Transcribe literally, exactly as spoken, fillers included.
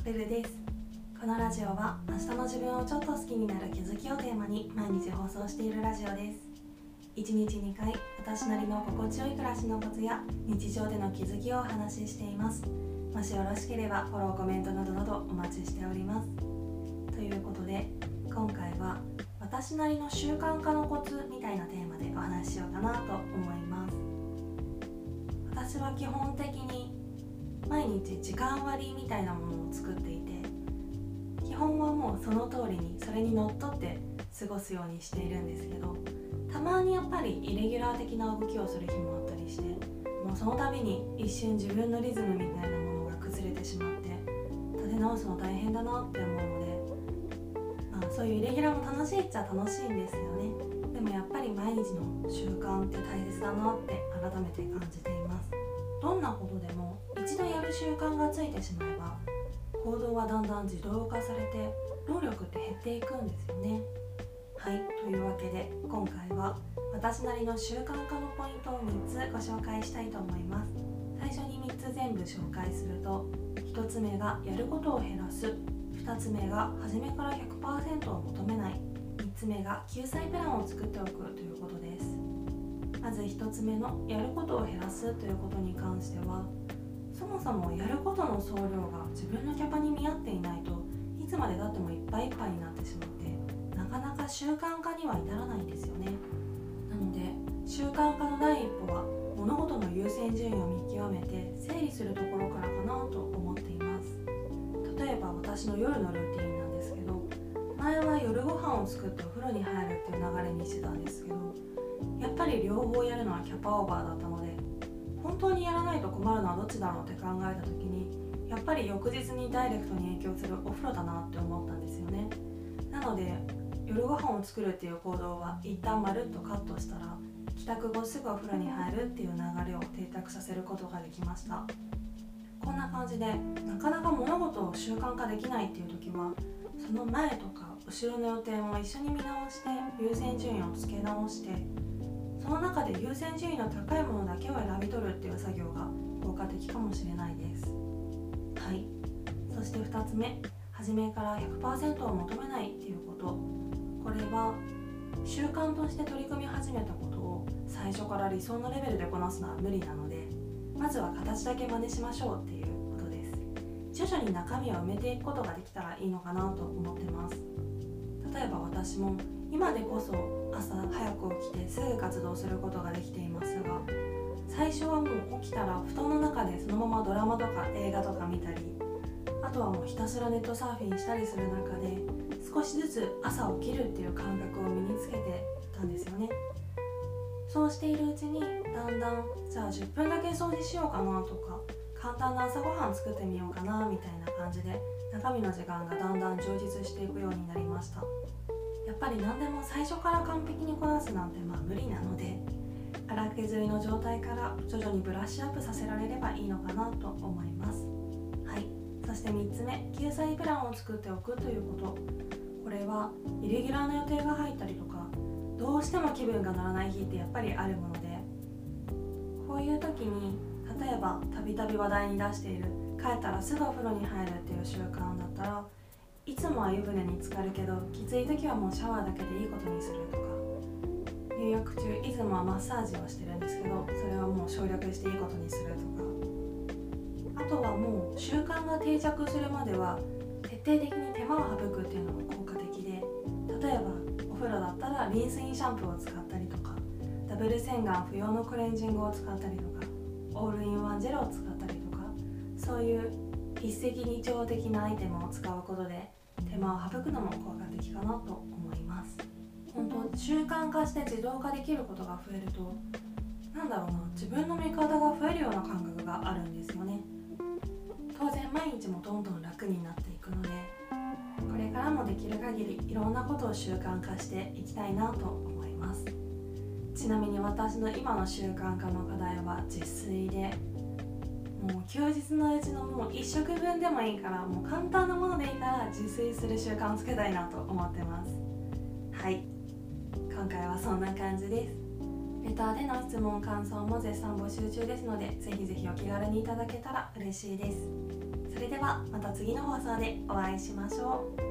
ルルです。このラジオは明日の自分をちょっと好きになる気づきをテーマに毎日放送しているラジオです。いちにちにかい、私なりの心地よい暮らしのコツや日常での気づきをお話ししています。もしよろしければフォロー、コメントなどなどお待ちしております。ということで、今回は私なりの習慣化のコツみたいなテーマでお話ししようかなと思います。私は基本的に毎日時間割みたいなものを作っていて、基本はもうその通りにそれにのっとって過ごすようにしているんですけど、たまにやっぱりイレギュラー的な動きをする日もあったりして、もうその度に一瞬自分のリズムみたいなものが崩れてしまって立て直すの大変だなって思うので、まあ、そういうイレギュラーも楽しいっちゃ楽しいんですよね。でもやっぱり毎日の習慣って大切だなって改めて感じています。どんなことでも一度やる習慣がついてしまえば行動はだんだん自動化されて労力って減っていくんですよね。はい、というわけで今回は私なりの習慣化のポイントをみっつご紹介したいと思います。最初にみっつ全部紹介すると、ひとつめがやることを減らす、ふたつめが初めから ひゃくパーセント を求めない、みっつめが救済プランを作っておくということです。まずひとつめのやることを減らすということに関しては、そもそもやることの総量が自分のキャパに見合っていないといつまでたってもいっぱいいっぱいになってしまって、なかなか習慣化には至らないんですよね。なので習慣化の第一歩は物事の優先順位を見極めて整理するところからかなと思っています。例えば私の夜のルーティンなんですけど、前は夜ご飯を作ってお風呂に入るっていう流れにしてたんですけど、やっぱり両方やるのはキャパオーバーだったので、本当にやらないと困るのはどっちだろうって考えた時に、やっぱり翌日にダイレクトに影響するお風呂だなって思ったんですよね。なので夜ご飯を作るっていう行動は一旦まるっとカットしたら、帰宅後すぐお風呂に入るっていう流れを定着させることができました。こんな感じでなかなか物事を習慣化できないっていう時は、その前とか後ろの予定も一緒に見直して優先順位をつけ直して、その中で優先順位の高いものだけを選び取るっていう作業が効果的かもしれないです。はい。そしてふたつめ、初めから ひゃくパーセント を求めないっていうこと。これは習慣として取り組み始めたことを最初から理想のレベルでこなすのは無理なので、まずは形だけ真似しましょうっていうことです。徐々に中身を埋めていくことができたらいいのかなと思ってます。例えば私も今でこそ朝早く起きてすぐ活動することができていますが、最初はもう起きたら布団の中でそのままドラマとか映画とか見たり、あとはもうひたすらネットサーフィンしたりする中で、少しずつ朝起きるっていう感覚を身につけてたんですよね。そうしているうちにだんだん、じゃあじゅっぷんだけ掃除しようかなとか、簡単な朝ごはん作ってみようかなみたいな感じで、中身の時間がだんだん充実していくようになりました。やっぱり何でも最初から完璧にこなすなんてまあ無理なので、荒削りの状態から徐々にブラッシュアップさせられればいいのかなと思います。はい。そしてみっつめ、救済プランを作っておくということ。これはイレギュラーな予定が入ったりとか、どうしても気分が乗らない日ってやっぱりあるもので、こういう時に例えばたびたび話題に出している帰ったらすぐお風呂に入るっていう習慣だったら、いつもは湯船に浸かるけどきつい時はもうシャワーだけでいいことにするとか、入浴中いつもはマッサージをしてるんですけど、それはもう省略していいことにするとか、あとはもう習慣が定着するまでは徹底的に手間を省くっていうのも効果的で、例えばお風呂だったらリンスインシャンプーを使ったりとか、ダブル洗顔不要のクレンジングを使ったりとか、オールインワンジェルを使ったりとか、そういう一石二鳥的なアイテムを使うことで手間を省くのも効果的かなと思います。本当、習慣化して自動化できることが増えると、なんだろうな、自分の見方が増えるような感覚があるんですよね。当然毎日もどんどん楽になっていくので、これからもできる限りいろんなことを習慣化していきたいなと思います。ちなみに私の今の習慣化の課題は自炊で、もう休日のうちのもういっ食分でもいいから、もう簡単なものでいいから自炊する習慣をつけたいなと思ってます。はい、今回はそんな感じです。 レターでの質問感想も絶賛募集中ですので、ぜひぜひお気軽にいただけたら嬉しいです。それではまた次の放送でお会いしましょう。